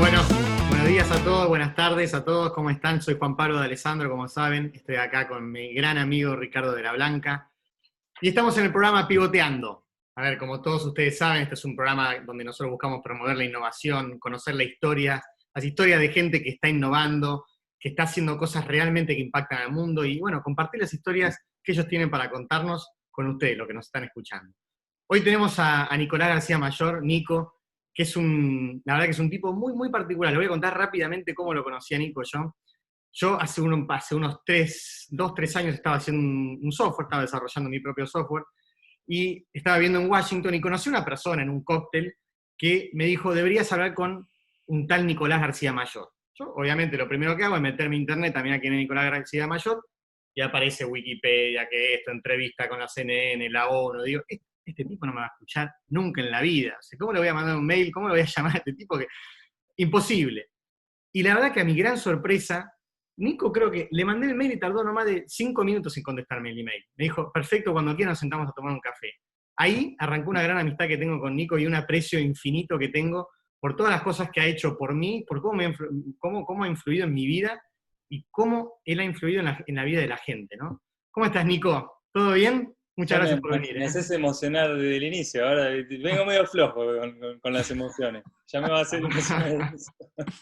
Bueno, buenos días a todos, buenas tardes a todos, ¿cómo están? Soy Juan Pablo de Alessandro, como saben, estoy acá con mi gran amigo Ricardo de la Blanca y estamos en el programa Pivoteando. A ver, como todos ustedes saben, este es un programa donde nosotros buscamos promover la innovación, conocer la historia, las historias de gente que está innovando, que está haciendo cosas realmente que impactan al mundo y, bueno, compartir las historias que ellos tienen para contarnos con ustedes, lo que nos están escuchando. Hoy tenemos a Nicolás García Mayor, Nico, que es la verdad que es un tipo muy, muy particular. Le voy a contar rápidamente cómo lo conocí a Nico yo. Yo hace unos 2, 3 años estaba haciendo un software, estaba desarrollando mi propio software, y estaba viendo en Washington y conocí a una persona en un cóctel que me dijo, deberías hablar con un tal Nicolás García Mayor. Yo, obviamente, lo primero que hago es meterme en internet también a quién es Nicolás García Mayor, y aparece Wikipedia, que esto, entrevista con la CNN, la ONU. Digo, este tipo no me va a escuchar nunca en la vida. O sea, ¿cómo le voy a mandar un mail? ¿Cómo le voy a llamar a este tipo? Imposible. Y la verdad que a mi gran sorpresa, Nico creo que le mandé el mail y tardó no más de 5 minutos en contestarme el email. Me dijo, perfecto, cuando quieran nos sentamos a tomar un café. Ahí arrancó una gran amistad que tengo con Nico y un aprecio infinito que tengo por todas las cosas que ha hecho por mí, por cómo ha influido en mi vida y cómo él ha influido en la vida de la gente, ¿no? ¿Cómo estás, Nico? ¿Todo bien? Muchas Ya gracias por venir, me ¿eh? haces emocionar desde el inicio, ahora vengo medio flojo con las emociones. Ya me va a hacer emocionar eso.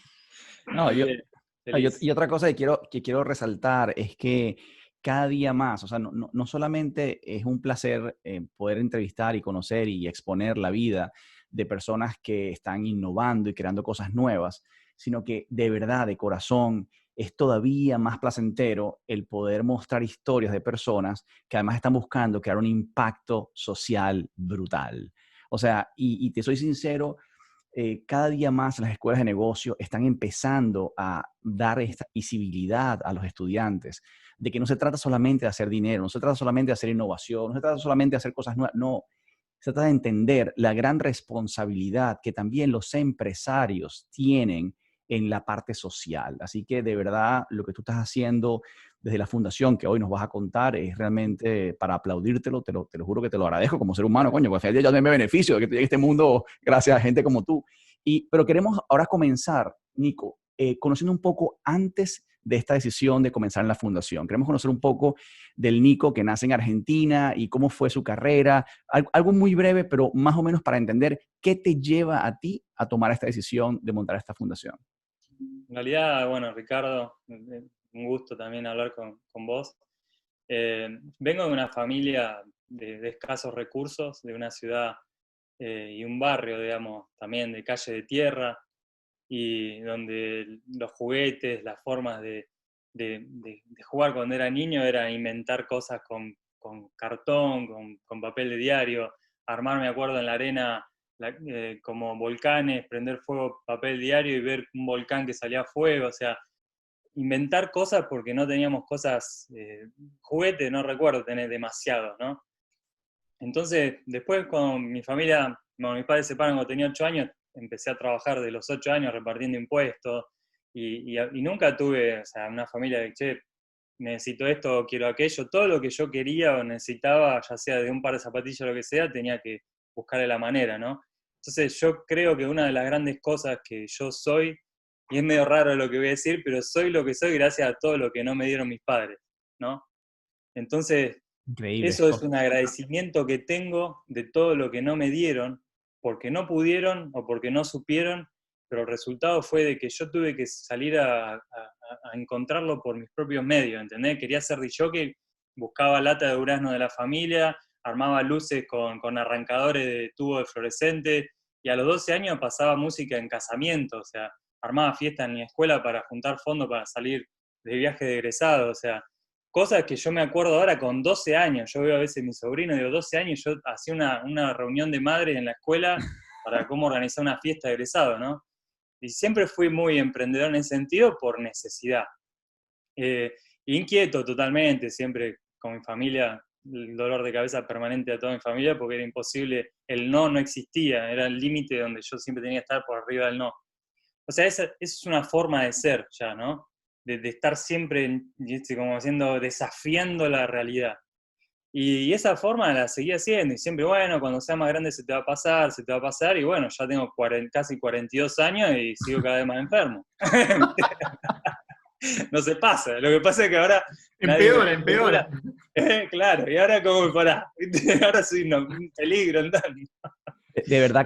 No, yo, Bien, y feliz. otra cosa que quiero resaltar es que cada día más, o sea, no solamente es un placer poder entrevistar y conocer y exponer la vida de personas que están innovando y creando cosas nuevas, sino que de verdad, de corazón, es todavía más placentero el poder mostrar historias de personas que además están buscando crear un impacto social brutal. O sea, y te soy sincero, cada día más las escuelas de negocio están empezando a dar esta visibilidad a los estudiantes de que no se trata solamente de hacer dinero, no se trata solamente de hacer innovación, no se trata solamente de hacer cosas nuevas, no, se trata de entender la gran responsabilidad que también los empresarios tienen en la parte social. Así que de verdad lo que tú estás haciendo desde la fundación que hoy nos vas a contar es realmente para aplaudírtelo, te lo juro que te lo agradezco como ser humano, coño, porque al final yo también me beneficio de que llegue a este mundo gracias a gente como tú. Pero queremos ahora comenzar, Nico, conociendo un poco antes de esta decisión de comenzar en la fundación. Queremos conocer un poco del Nico que nace en Argentina y cómo fue su carrera, algo muy breve, pero más o menos para entender qué te lleva a ti a tomar esta decisión de montar esta fundación. En realidad, bueno, Ricardo, un gusto también hablar con vos. Vengo de una familia de escasos recursos, de una ciudad y un barrio, digamos, también de calle de tierra, y donde los juguetes, las formas de jugar cuando era niño era inventar cosas con cartón, con papel de diario, armar, me acuerdo, en la arena como volcanes, prender fuego papel diario y ver un volcán que salía a fuego, o sea, inventar cosas porque no teníamos cosas, juguetes, no recuerdo tener demasiado, ¿no? Entonces, después cuando mi familia, bueno, mis padres se separan cuando tenía 8 años, empecé a trabajar de los 8 años repartiendo impuestos y nunca tuve, o sea, una familia de, che, necesito esto, quiero aquello, todo lo que yo quería o necesitaba, ya sea de un par de zapatillas o lo que sea, tenía que buscarle la manera, ¿no? Entonces yo creo que una de las grandes cosas que yo soy, y es medio raro lo que voy a decir, pero soy lo que soy gracias a todo lo que no me dieron mis padres, ¿no? Entonces, Increíble. eso es un agradecimiento que tengo de todo lo que no me dieron, porque no pudieron o porque no supieron, pero el resultado fue de que yo tuve que salir a encontrarlo por mis propios medios, ¿entendés? Quería ser disjockey, buscaba lata de durazno de la familia, armaba luces con arrancadores de tubo de fluorescente, y a los 12 años pasaba música en casamiento, o sea, armaba fiesta en mi escuela para juntar fondos para salir de viaje de egresado, o sea, cosas que yo me acuerdo ahora con 12 años. Yo veo a veces a mi sobrino, digo, 12 años, yo hacía una reunión de madres en la escuela para cómo organizar una fiesta de egresado, ¿no? Y siempre fui muy emprendedor en ese sentido por necesidad. Eh, Inquieto totalmente, siempre con mi familia, el dolor de cabeza permanente a toda mi familia, porque era imposible, el no existía, era el límite donde yo siempre tenía que estar por arriba del no. O sea, esa es una forma de ser ya, ¿no? De estar siempre, como haciendo, desafiando la realidad. Y esa forma la seguí haciendo, y siempre, bueno, cuando sea más grande se te va a pasar, y bueno, ya tengo casi 42 años y sigo cada vez más enfermo. No se pasa, lo que pasa es que ahora nadie me Empeora, empeora. claro, y ahora cómo pará, ahora soy un peligro andando. De verdad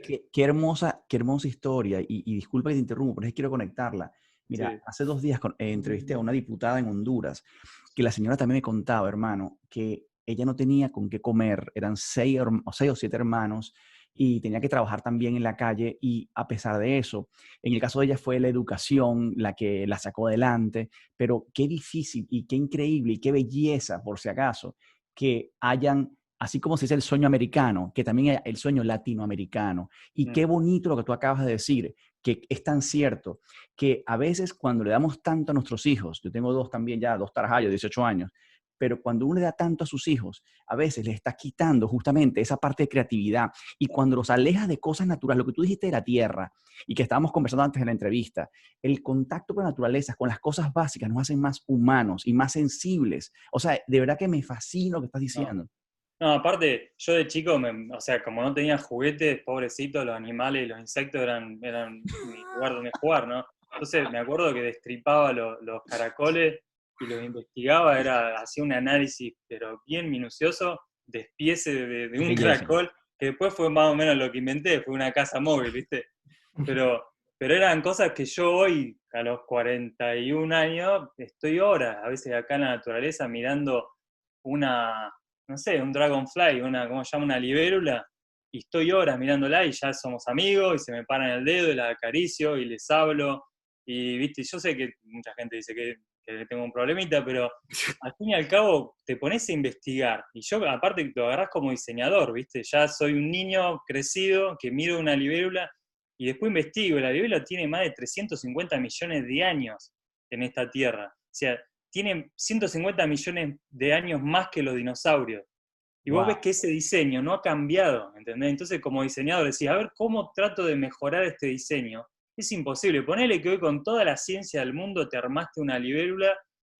qué hermosa historia. Y disculpa que te interrumpo, pero es que quiero conectarla. Mira, Sí. hace 2 días entrevisté a una diputada en Honduras, que la señora también me contaba, hermano, que ella no tenía con qué comer. Eran 6 o 7 hermanos y tenía que trabajar también en la calle. Y a pesar de eso, en el caso de ella fue la educación la que la sacó adelante. Pero qué difícil y qué increíble y qué belleza, por si acaso, que hayan, así como se dice el sueño americano, que también hay el sueño latinoamericano. Y qué bonito lo que tú acabas de decir, que es tan cierto, que a veces cuando le damos tanto a nuestros hijos, yo tengo 2 también ya, 2 tarajayos, 18 años, pero cuando uno le da tanto a sus hijos, a veces les está quitando justamente esa parte de creatividad. Y cuando los alejas de cosas naturales, lo que tú dijiste de la tierra y que estábamos conversando antes de la entrevista, el contacto con la naturaleza, con las cosas básicas, nos hacen más humanos y más sensibles. O sea, de verdad que me fascina lo que estás No. diciendo. No, aparte, yo de chico, o sea, como no tenía juguetes, pobrecitos, los animales y los insectos eran mi lugar donde jugar, ¿no? Entonces me acuerdo que destripaba los caracoles y los investigaba, hacía un análisis, pero bien minucioso, despiece de Qué un belleza. caracol, que después fue más o menos lo que inventé, fue una casa móvil, ¿viste? Pero, pero eran cosas que yo hoy, a los 41 años, estoy horas, a veces acá en la naturaleza, mirando una, no sé, un dragonfly, ¿cómo se llama? Una libélula, y estoy horas mirándola y ya somos amigos, y se me paran el dedo y la acaricio y les hablo, y viste, yo sé que mucha gente dice que tengo un problemita, pero al fin y al cabo te pones a investigar, y yo aparte lo agarrás como diseñador, viste, ya soy un niño crecido que miro una libélula, y después investigo, la libélula tiene más de 350 millones de años en esta Tierra, o sea, tiene 150 millones de años más que los dinosaurios. Y vos ves Wow. que ese diseño no ha cambiado, ¿entendés? Entonces, como diseñador, decís, a ver, ¿cómo trato de mejorar este diseño? Es imposible. Ponele que hoy con toda la ciencia del mundo te armaste una libélula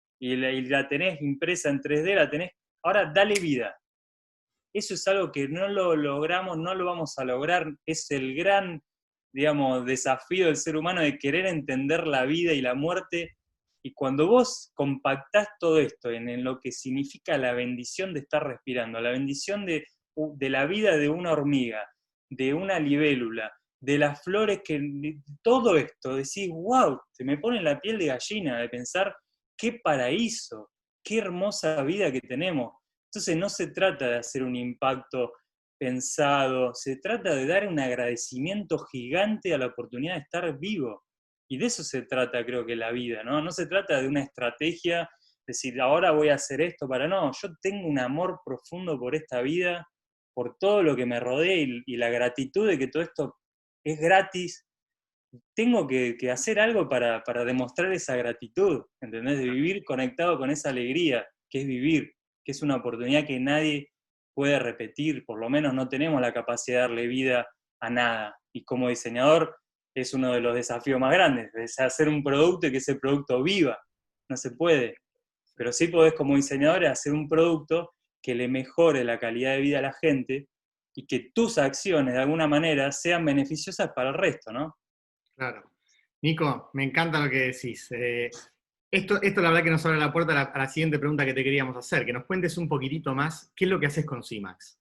y la tenés impresa en 3D, la tenés... Ahora, dale vida. Eso es algo que no lo logramos, no lo vamos a lograr. Es el gran, digamos, desafío del ser humano de querer entender la vida y la muerte. Y cuando vos compactás todo esto en lo que significa la bendición de estar respirando, la bendición de la vida de una hormiga, de una libélula, de las flores, todo esto, decís, wow, se me pone la piel de gallina de pensar qué paraíso, qué hermosa vida que tenemos. Entonces no se trata de hacer un impacto pensado, se trata de dar un agradecimiento gigante a la oportunidad de estar vivo. Y de eso se trata, creo que la vida, ¿no? No se trata de una estrategia, decir, ahora voy a hacer esto para... No, yo tengo un amor profundo por esta vida, por todo lo que me rodea y la gratitud de que todo esto es gratis. Tengo que hacer algo para demostrar esa gratitud, ¿entendés? De vivir conectado con esa alegría, que es vivir, que es una oportunidad que nadie puede repetir, por lo menos no tenemos la capacidad de darle vida a nada. Y como diseñador es uno de los desafíos más grandes, es hacer un producto y que ese producto viva. No se puede, pero sí podés como diseñador hacer un producto que le mejore la calidad de vida a la gente y que tus acciones de alguna manera sean beneficiosas para el resto, ¿no? Claro. Nico, me encanta lo que decís. Esto la verdad que nos abre la puerta a la siguiente pregunta que te queríamos hacer, que nos cuentes un poquitito más qué es lo que haces con CIMAX.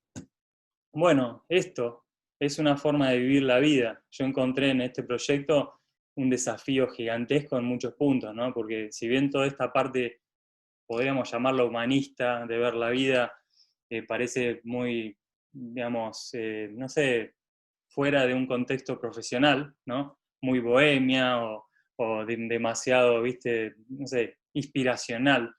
Bueno, esto es una forma de vivir la vida. Yo encontré en este proyecto un desafío gigantesco en muchos puntos, ¿no? Porque si bien toda esta parte, podríamos llamarla humanista, de ver la vida, parece muy, digamos, no sé, fuera de un contexto profesional, ¿no? Muy bohemia o demasiado, viste, no sé, inspiracional.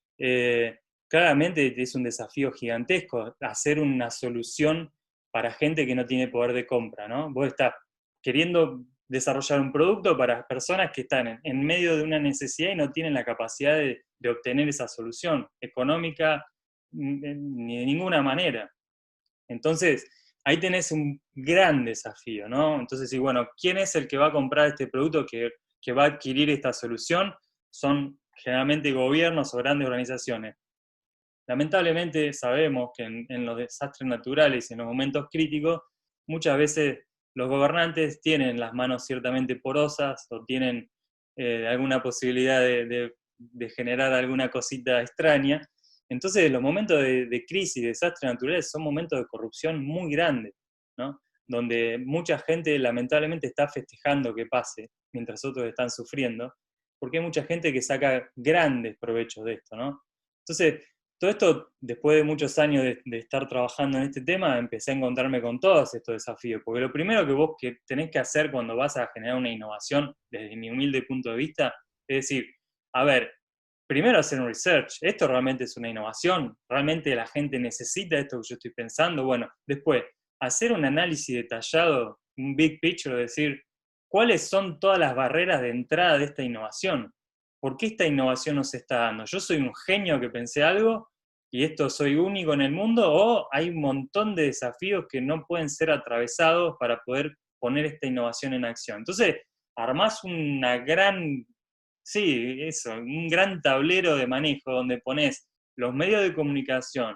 Claramente es un desafío gigantesco hacer una solución para gente que no tiene poder de compra, ¿no? Vos estás queriendo desarrollar un producto para personas que están en medio de una necesidad y no tienen la capacidad de obtener esa solución económica ni de ninguna manera. Entonces, ahí tenés un gran desafío, ¿no? Entonces, sí, bueno, ¿quién es el que va a comprar este producto, que va a adquirir esta solución? Son generalmente gobiernos o grandes organizaciones. lamentablemente sabemos que en los desastres naturales y en los momentos críticos, muchas veces los gobernantes tienen las manos ciertamente porosas o tienen alguna posibilidad de generar alguna cosita extraña. Entonces los momentos de crisis, de desastres naturales son momentos de corrupción muy grandes, ¿no? Donde mucha gente lamentablemente está festejando que pase, mientras otros están sufriendo, porque hay mucha gente que saca grandes provechos de esto, ¿no? Entonces, todo esto, después de muchos años de estar trabajando en este tema, empecé a encontrarme con todos estos desafíos, porque lo primero que vos tenés que hacer cuando vas a generar una innovación, desde mi humilde punto de vista, es decir, a ver, primero hacer un research, ¿esto realmente es una innovación? ¿Realmente la gente necesita esto que yo estoy pensando? Bueno, después, hacer un análisis detallado, un big picture, decir, ¿cuáles son todas las barreras de entrada de esta innovación? ¿Por qué esta innovación no se está dando? ¿Yo soy un genio que pensé algo y esto soy único en el mundo? ¿O hay un montón de desafíos que no pueden ser atravesados para poder poner esta innovación en acción? Entonces, armás una gran, sí, eso, un gran tablero de manejo donde pones los medios de comunicación,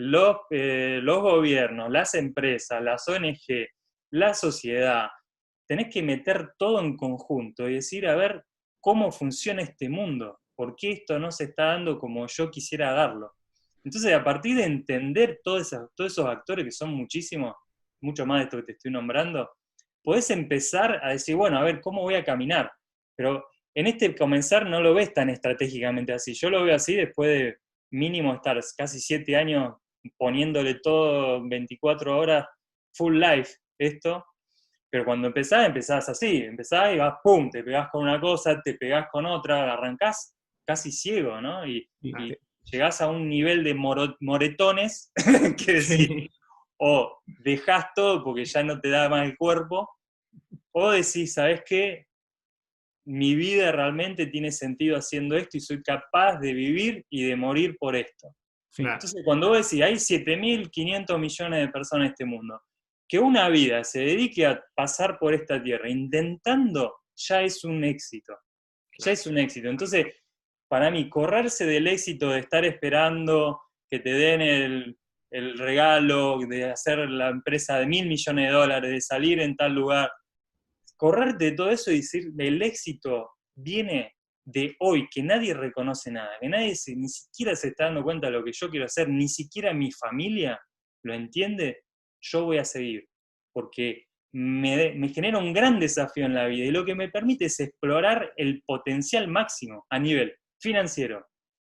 los gobiernos, las empresas, las ONG, la sociedad. Tenés que meter todo en conjunto y decir, a ver, cómo funciona este mundo, por qué esto no se está dando como yo quisiera darlo. Entonces, a partir de entender todos esos actores, que son muchísimos, mucho más de esto que te estoy nombrando, podés empezar a decir, bueno, a ver, ¿cómo voy a caminar? Pero en este comenzar no lo ves tan estratégicamente así. Yo lo veo así después de mínimo estar casi 7 años poniéndole todo 24 horas, full life, esto. Pero cuando empezás así, empezás y vas, pum, te pegás con una cosa, te pegás con otra, arrancás casi ciego, ¿no? Y llegás a un nivel de moretones que decís, Sí. o dejás todo porque ya no te da más el cuerpo, o decís, ¿sabés qué? Mi vida realmente tiene sentido haciendo esto y soy capaz de vivir y de morir por esto. Sí. Claro. Entonces, cuando vos decís, hay 7.500 millones de personas en este mundo, que una vida se dedique a pasar por esta tierra intentando, ya es un éxito. Ya es un éxito. Entonces, para mí, correrse del éxito de estar esperando que te den el regalo, de hacer la empresa de $1.000 millones, de salir en tal lugar, correrte de todo eso y decir, el éxito viene de hoy, que nadie reconoce nada, que nadie ni siquiera se está dando cuenta de lo que yo quiero hacer, ni siquiera mi familia lo entiende, yo voy a seguir, porque me genera un gran desafío en la vida y lo que me permite es explorar el potencial máximo a nivel financiero,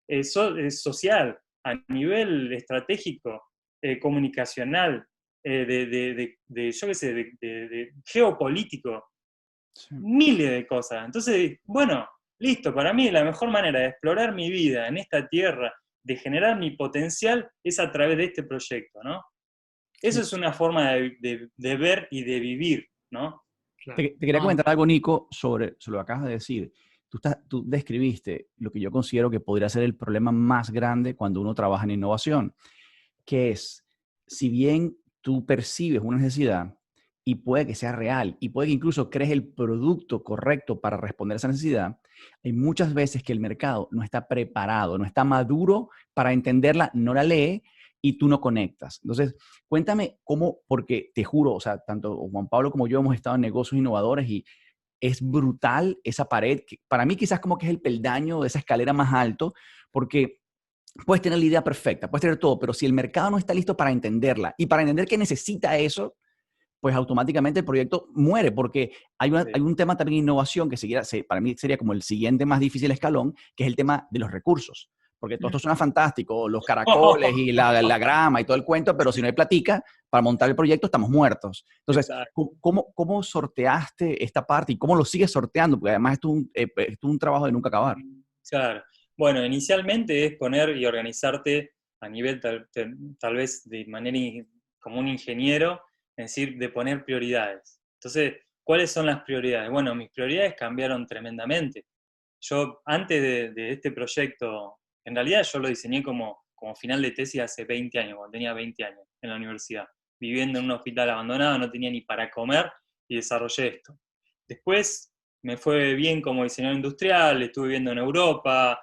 social, a nivel estratégico, comunicacional, yo qué sé, de geopolítico, Sí. miles de cosas. Entonces, bueno, listo, para mí la mejor manera de explorar mi vida en esta tierra, de generar mi potencial, es a través de este proyecto, ¿no? Eso es una forma de ver y de vivir, ¿no? Claro. Te quería No, comentar algo, Nico, sobre lo que acabas de decir. Tú describiste lo que yo considero que podría ser el problema más grande cuando uno trabaja en innovación, que es, si bien tú percibes una necesidad y puede que sea real y puede que incluso crees el producto correcto para responder a esa necesidad, hay muchas veces que el mercado no está preparado, no está maduro para entenderla, no la lee y tú no conectas. Entonces, cuéntame cómo, porque te juro, o sea, tanto Juan Pablo como yo hemos estado en negocios innovadores y es brutal esa pared, que para mí quizás como que es el peldaño de esa escalera más alto, porque puedes tener la idea perfecta, puedes tener todo, pero si el mercado no está listo para entenderla y para entender que necesita eso, pues automáticamente el proyecto muere, porque hay un tema también de innovación que para mí sería como el siguiente más difícil escalón, que es el tema de los recursos. Porque todo esto suena fantástico, los caracoles y la grama y todo el cuento, pero si no hay platica para montar el proyecto, estamos muertos. Entonces, ¿cómo sorteaste esta parte y cómo lo sigues sorteando? Porque además esto es un trabajo de nunca acabar. Claro. Bueno, inicialmente es poner y organizarte a nivel tal vez de manera como un ingeniero, es decir, de poner prioridades. Entonces, ¿cuáles son las prioridades? Bueno, mis prioridades cambiaron tremendamente. Yo, antes de este proyecto, en realidad yo lo diseñé como final de tesis hace 20 años, cuando tenía 20 años en la universidad, viviendo en un hospital abandonado, no tenía ni para comer y desarrollé esto. Después me fue bien como diseñador industrial, estuve viviendo en Europa,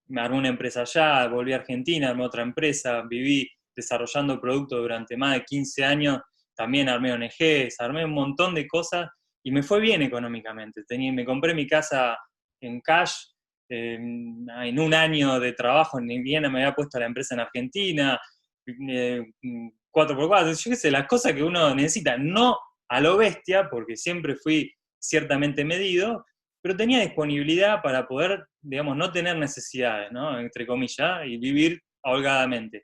me armé una empresa allá, volví a Argentina, armé otra empresa, viví desarrollando productos durante más de 15 años, también armé ONGs, armé un montón de cosas y me fue bien económicamente. Me compré mi casa en cash, en un año de trabajo, ni bien me había puesto la empresa en Argentina, 4x4, yo qué sé, las cosas que uno necesita, no a lo bestia, porque siempre fui ciertamente medido, pero tenía disponibilidad para poder, digamos, no tener necesidades, ¿no? Entre comillas, y vivir holgadamente.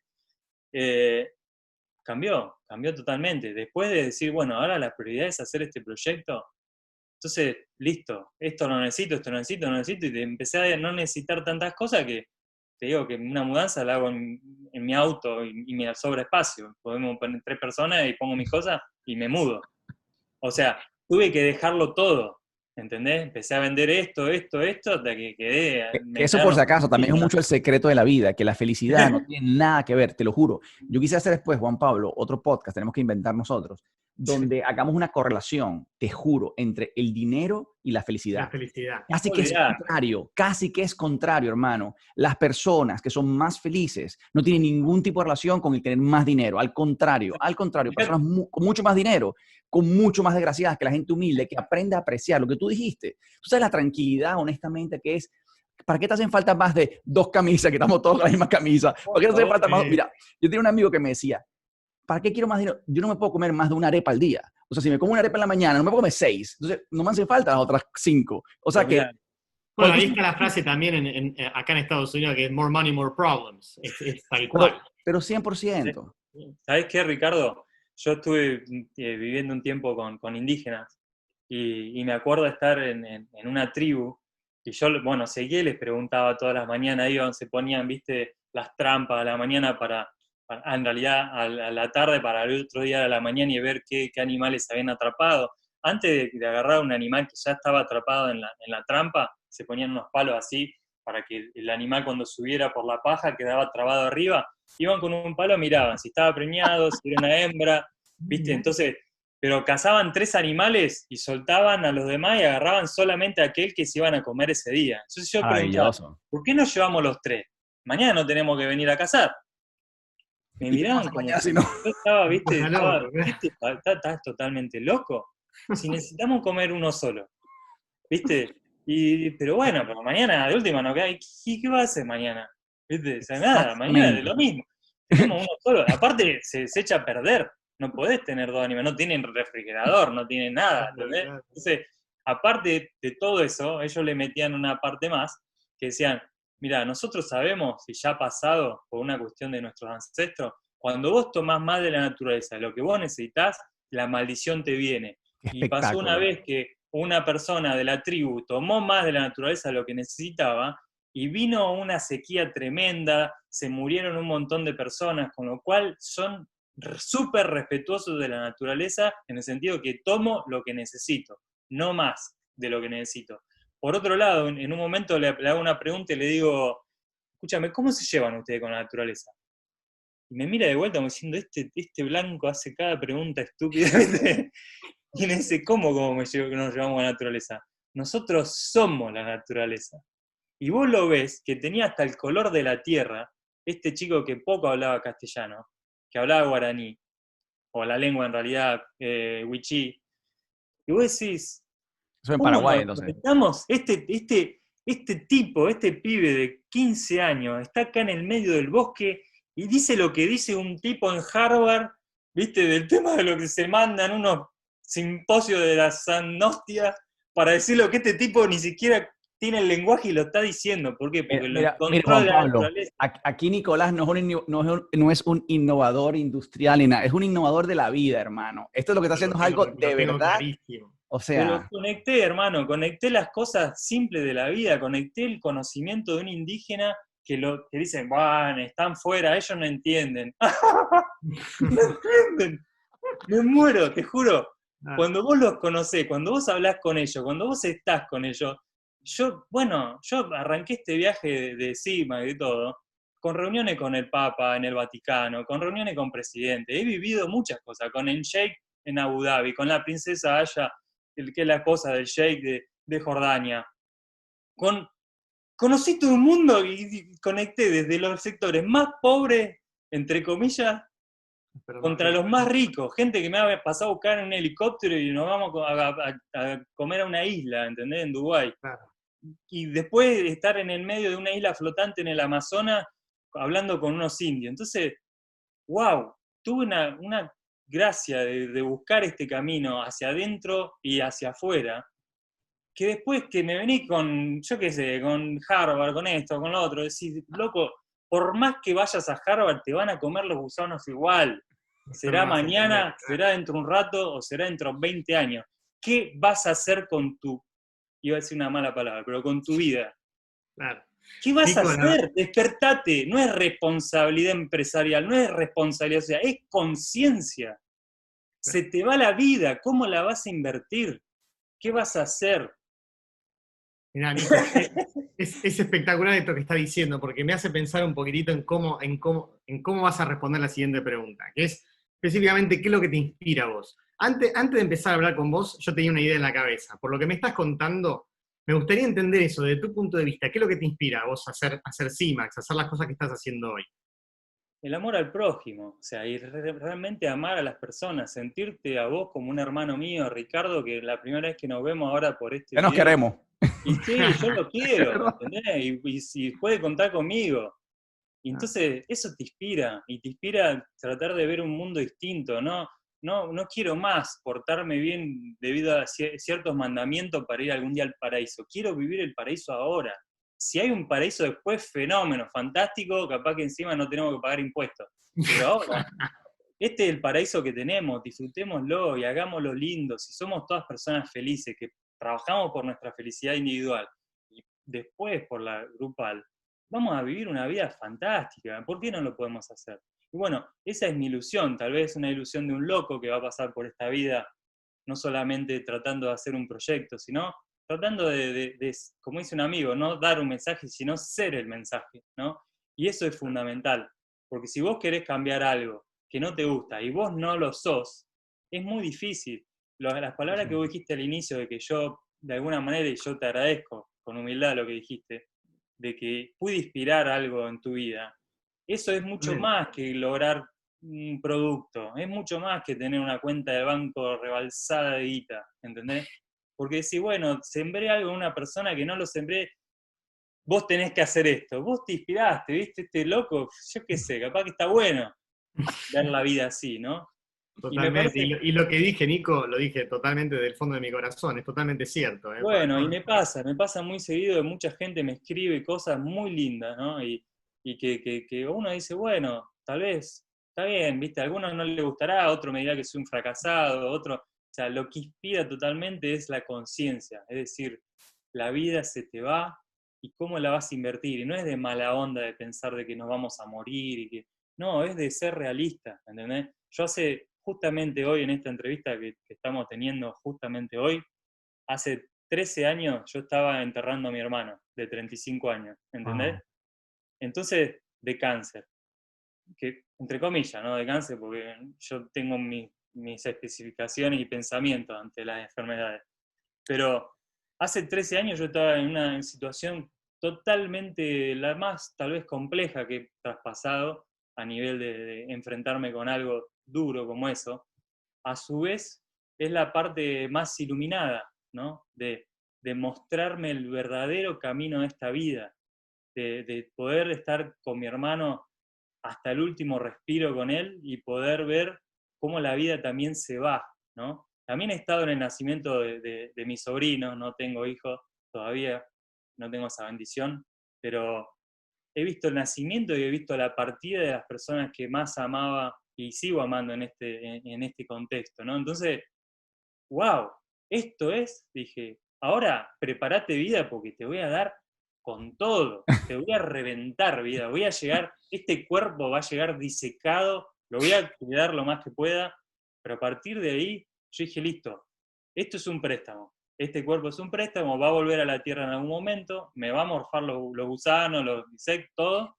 Cambió totalmente. Después de decir, bueno, ahora la prioridad es hacer este proyecto, entonces, listo, esto lo necesito, y empecé a no necesitar tantas cosas que, te digo que una mudanza la hago en mi auto y me sobra espacio. Podemos poner 3 personas y pongo mis cosas y me mudo. O sea, tuve que dejarlo todo, ¿entendés? Empecé a vender esto, hasta que quedé... Que eso por si acaso también es mucho el secreto de la vida, que la felicidad no tiene nada que ver, te lo juro. Yo quise hacer después, Juan Pablo, otro podcast, tenemos que inventar nosotros, donde hagamos una correlación, te juro, entre el dinero y la felicidad. La felicidad. Casi que es contrario, hermano. Las personas que son más felices no tienen ningún tipo de relación con el tener más dinero. Al contrario, personas con mucho más dinero, con mucho más desgraciadas que la gente humilde, que aprende a apreciar lo que tú dijiste. Tú sabes la tranquilidad, honestamente, que es. ¿Para qué te hacen falta más de 2 camisas, que estamos todos con la misma camisa? ¿Para qué te hacen falta más? Mira, yo tenía un amigo que me decía, ¿para qué quiero más dinero? Yo no me puedo comer más de una arepa al día. O sea, si me como una arepa en la mañana, no me puedo comer 6. Entonces, no me hacen falta las otras 5. O sea que... Bueno, ahí está la frase también acá en Estados Unidos, que es more money, more problems. Es tal cual. Pero 100%. ¿Sabes qué, Ricardo? Yo estuve viviendo un tiempo con indígenas y me acuerdo de estar en una tribu y yo, bueno, seguía y les preguntaba todas las mañanas, iban, se ponían, viste, las trampas a la mañana en realidad a la tarde para el otro día a la mañana y ver qué animales habían atrapado. Antes de agarrar un animal que ya estaba atrapado en la trampa, se ponían unos palos así para que el animal cuando subiera por la paja quedaba trabado arriba. Iban con un palo, miraban si estaba preñado, si era una hembra, ¿viste? Entonces, pero cazaban 3 animales y soltaban a los demás y agarraban solamente a aquel que se iban a comer ese día. Entonces yo preguntaba, ¿por qué no llevamos los 3? Mañana no tenemos que venir a cazar. Me miraban como si no. Yo estaba, ¿viste? Estás totalmente loco. Si necesitamos comer uno solo, ¿viste? Pero bueno, pero mañana de última no queda. ¿Qué va a hacer mañana? ¿Viste? O sea, nada, mañana es lo mismo. Tenemos uno solo. Aparte, se echa a perder. No podés tener 2 animales. No tienen refrigerador, no tienen nada. ¿Entendés? Entonces, aparte de todo eso, ellos le metían una parte más que decían: mira, nosotros sabemos, y ya ha pasado por una cuestión de nuestros ancestros, cuando vos tomás más de la naturaleza de lo que vos necesitás, la maldición te viene. Y pasó una vez que una persona de la tribu tomó más de la naturaleza de lo que necesitaba, y vino una sequía tremenda, se murieron un montón de personas, con lo cual son súper respetuosos de la naturaleza, en el sentido que tomo lo que necesito, no más de lo que necesito. Por otro lado, en un momento le hago una pregunta y le digo: escúchame, ¿cómo se llevan ustedes con la naturaleza? Y me mira de vuelta como diciendo, este blanco hace cada pregunta estúpida. Y me dice, ¿cómo nos llevamos con la naturaleza? Nosotros somos la naturaleza. Y vos lo ves, que tenía hasta el color de la tierra, este chico que poco hablaba castellano, que hablaba guaraní, o la lengua en realidad, wichí, y vos decís, eso en Paraguay, entonces. Este tipo, este pibe de 15 años, está acá en el medio del bosque y dice lo que dice un tipo en Harvard, ¿viste? Del tema de lo que se mandan unos simposios de la San Hostia para decir lo que este tipo ni siquiera tiene el lenguaje y lo está diciendo. ¿Por qué? Porque lo encontró de la naturaleza. Aquí Nicolás no es un innovador industrial ni nada, es un innovador de la vida, hermano. Esto es lo que está haciendo es algo de verdad. O sea, pero conecté, hermano, conecté las cosas simples de la vida, conecté el conocimiento de un indígena que dicen, bueno, están fuera, ellos no entienden. No entienden. Me muero, te juro. Cuando vos los conocés, cuando vos hablás con ellos, cuando vos estás con ellos, yo arranqué este viaje de Sigma y de todo, con reuniones con el Papa en el Vaticano, con reuniones con presidentes, he vivido muchas cosas, con el Sheikh en Abu Dhabi, con la princesa Aya, que es la esposa del Sheikh de Jordania, con conocí todo el mundo y conecté desde los sectores más pobres, entre comillas, contra los más ricos, gente que me ha pasado a buscar en un helicóptero y nos vamos a comer a una isla, ¿entendés? En Dubái. Claro. Y después de estar en el medio de una isla flotante en el Amazonas, hablando con unos indios. Entonces, wow, tuve una gracia de buscar este camino hacia adentro y hacia afuera, que después que me vení con, yo qué sé, con Harvard, con esto, con lo otro, decís, loco, por más que vayas a Harvard, te van a comer los gusanos igual. Será mañana, será dentro de un rato o será dentro de 20 años. ¿Qué vas a hacer con iba a decir una mala palabra, pero con tu vida? Claro. ¿Qué vas a hacer? Despertate. No es responsabilidad empresarial, no es responsabilidad social, es conciencia. Se te va la vida, ¿cómo la vas a invertir? ¿Qué vas a hacer? Mirá, Nico, es espectacular esto que está diciendo, porque me hace pensar un poquitito en cómo vas a responder la siguiente pregunta, que es específicamente qué es lo que te inspira a vos. Antes de empezar a hablar con vos, yo tenía una idea en la cabeza. Por lo que me estás contando, me gustaría entender eso, desde tu punto de vista. ¿Qué es lo que te inspira a vos a hacer CIMAX, a hacer las cosas que estás haciendo hoy? El amor al prójimo, o sea, y realmente amar a las personas, sentirte a vos como un hermano mío, Ricardo, que la primera vez que nos vemos ahora por este Ya nos video, queremos. y sí, yo lo quiero, ¿entendés? Y si puede contar conmigo. Y entonces eso te inspira, y te inspira a tratar de ver un mundo distinto, ¿no? No quiero más portarme bien debido a ciertos mandamientos para ir algún día al paraíso. Quiero vivir el paraíso ahora. Si hay un paraíso después, fenómeno, fantástico, capaz que encima no tenemos que pagar impuestos. Pero ahora, este es el paraíso que tenemos, disfrutémoslo y hagámoslo lindo. Si somos todas personas felices, que trabajamos por nuestra felicidad individual y después por la grupal, vamos a vivir una vida fantástica. ¿Por qué no lo podemos hacer? Y bueno, esa es mi ilusión, tal vez una ilusión de un loco que va a pasar por esta vida, no solamente tratando de hacer un proyecto, sino tratando de, como dice un amigo, no dar un mensaje, sino ser el mensaje, ¿no? Y eso es fundamental, porque si vos querés cambiar algo que no te gusta y vos no lo sos, es muy difícil. Las palabras que vos dijiste al inicio, de que yo, de alguna manera, y yo te agradezco con humildad lo que dijiste, de que pude inspirar algo en tu vida, eso es mucho más que lograr un producto, es mucho más que tener una cuenta de banco rebalsada de guita, ¿entendés? Porque si, bueno, sembré algo en una persona que no lo sembré, vos tenés que hacer esto, vos te inspiraste, ¿viste? Este loco, yo qué sé, capaz que está bueno ver la vida así, ¿no? Totalmente, y lo que dije, Nico, lo dije totalmente del fondo de mi corazón, es totalmente cierto. Bueno, y me pasa muy seguido, mucha gente me escribe cosas muy lindas, ¿no? Y que uno dice, bueno, tal vez, está bien, ¿viste? A algunos no le gustará, a otro me dirá que soy un fracasado, otro, o sea, lo que inspira totalmente es la conciencia, es decir, la vida se te va y cómo la vas a invertir, y no es de mala onda de pensar de que nos vamos a morir, no, es de ser realista, ¿entendés? Yo justamente hoy, en esta entrevista que estamos teniendo justamente hoy, hace 13 años yo estaba enterrando a mi hermano, de 35 años, ¿entendés? Wow. Entonces, de cáncer, que entre comillas, ¿no? De cáncer, porque yo tengo mis especificaciones y pensamientos ante las enfermedades. Pero hace 13 años yo estaba en una situación totalmente, la más tal vez compleja que he traspasado a nivel de enfrentarme con algo duro como eso. A su vez, es la parte más iluminada, ¿no? De mostrarme el verdadero camino de esta vida, de poder estar con mi hermano hasta el último respiro con él y poder ver cómo la vida también se va, ¿no? También he estado en el nacimiento de mi sobrino, no tengo hijos todavía, no tengo esa bendición, pero he visto el nacimiento y he visto la partida de las personas que más amaba y sigo amando en este contexto, ¿no? Entonces, wow, esto es, dije, ahora prepárate vida porque te voy a dar con todo, te voy a reventar vida, voy a llegar, este cuerpo va a llegar disecado, lo voy a cuidar lo más que pueda, pero a partir de ahí yo dije, listo, esto es un préstamo, este cuerpo es un préstamo, va a volver a la tierra en algún momento, me va a morfar los gusanos, los insectos, todo,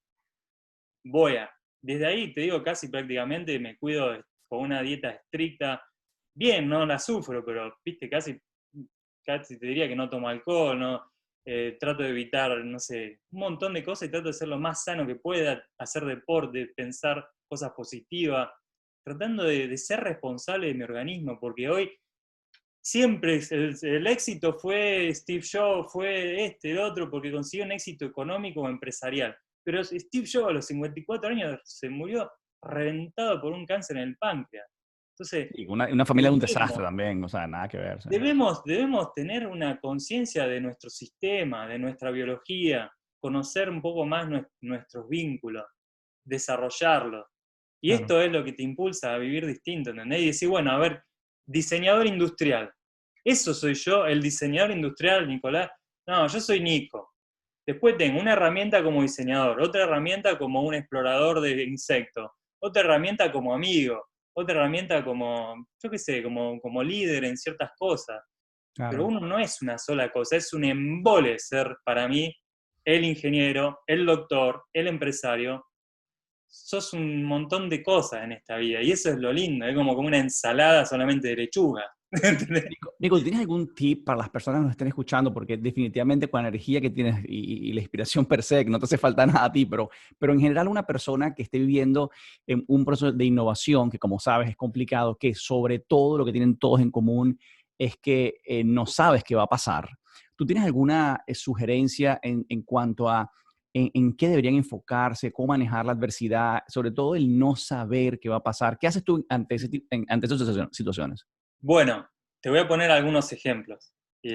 desde ahí te digo casi prácticamente me cuido con una dieta estricta, bien, no la sufro, pero viste, casi te diría que no tomo alcohol, no, trato de evitar, no sé, un montón de cosas y trato de ser lo más sano que pueda, hacer deporte, pensar cosas positivas, tratando de ser responsable de mi organismo, porque hoy siempre el éxito fue Steve Jobs, fue el otro, porque consiguió un éxito económico o empresarial. Pero Steve Jobs a los 54 años se murió reventado por un cáncer en el páncreas. Entonces, Y una familia de un desastre también, o sea, nada que ver. O sea. debemos tener una conciencia de nuestro sistema, de nuestra biología, conocer un poco más nuestros vínculos, desarrollarlos. Y Claro. esto es lo que te impulsa a vivir distinto, ¿entendés? Y decir, bueno, a ver, diseñador industrial. ¿Eso soy yo, el diseñador industrial, Nicolás? No, yo soy Nico. Después tengo una herramienta como diseñador, otra herramienta como un explorador de insectos, otra herramienta como amigo, otra herramienta como, yo qué sé, como líder en ciertas cosas. Pero Claro. uno no es una sola cosa, es un embole ser para mí el ingeniero, el doctor, el empresario. Sos un montón de cosas en esta vida, y eso es lo lindo, es como una ensalada solamente de lechuga. ¿Entendés? Nico, ¿tienes algún tip para las personas que nos estén escuchando? Porque definitivamente con la energía que tienes y la inspiración per se, que no te hace falta nada a ti, pero en general una persona que esté viviendo en un proceso de innovación, que como sabes es complicado, que sobre todo lo que tienen todos en común es que no sabes qué va a pasar. ¿Tú tienes alguna sugerencia en cuanto a en qué deberían enfocarse, cómo manejar la adversidad, sobre todo el no saber qué va a pasar? ¿Qué haces tú ante esas situaciones? Bueno, te voy a poner algunos ejemplos.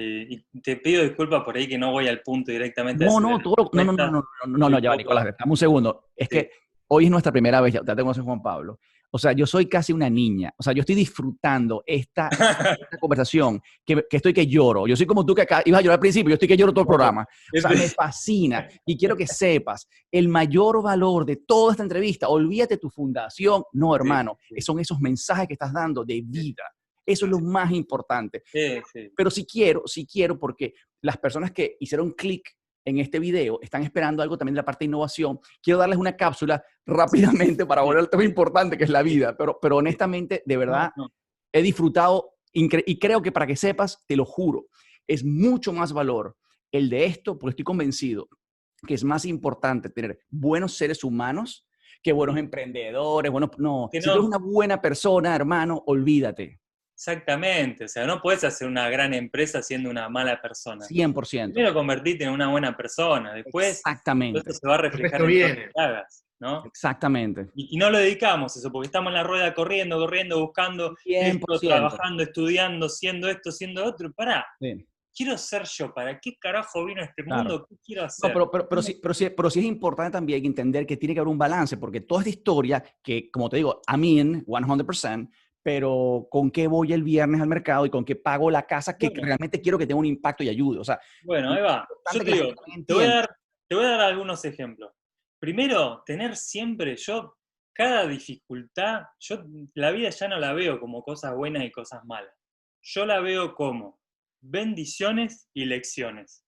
Y te pido disculpas por ahí que no voy al punto directamente a No, decir no, la todo no, no, no, respuesta. no, no, no, Un ya va, poco, Nicolás, dame un segundo. Es sí. que hoy es nuestra primera vez, ya tengo con Juan Pablo. O sea, yo soy casi una niña. O sea, yo estoy disfrutando esta conversación que estoy que lloro. Yo soy como tú que acá ibas a llorar al principio, yo estoy que lloro todo el programa. O sea, me fascina y quiero que sepas el mayor valor de toda esta entrevista. Olvídate tu fundación. No, Sí, hermano, sí, son esos mensajes que estás dando de sí, vida. Eso es lo más importante. sí, sí. Pero sí quiero, porque las personas que hicieron clic en este video están esperando algo también de la parte de innovación. Quiero darles una cápsula rápidamente para volver al tema importante que es la vida, pero honestamente, de verdad, No, no. he disfrutado y creo que para que sepas, te lo juro, es mucho más valor el de esto, porque estoy convencido que es más importante tener buenos seres humanos que buenos emprendedores. Bueno, no, Que si tú eres no, una buena persona, hermano, olvídate. exactamente. O sea, no puedes hacer una gran empresa siendo una mala persona. 100%. Primero convertirte en una buena persona, después todo esto Exactamente. se va a El reflejar resto en todo lo viene. que hagas, ¿no? Exactamente. Y no lo dedicamos eso, porque estamos en la rueda corriendo, buscando esto, 100%. trabajando, estudiando, siendo esto, siendo otro. Pará, Sí, quiero ser yo. ¿Para qué carajo vino a este claro. mundo? ¿Qué quiero No, hacer? pero sí es importante también entender que tiene que haber un balance, porque toda esta historia, que como te digo, a mí 100%, pero con qué voy el viernes al mercado y con qué pago la casa que Bueno, realmente quiero que tenga un impacto y ayude. O sea, bueno, es ahí va. Yo importante que te la digo, gente también te voy a entienda. dar, te voy a dar algunos ejemplos. Primero, tener siempre, cada dificultad, la vida ya no la veo como cosas buenas y cosas malas. Yo la veo como bendiciones y lecciones.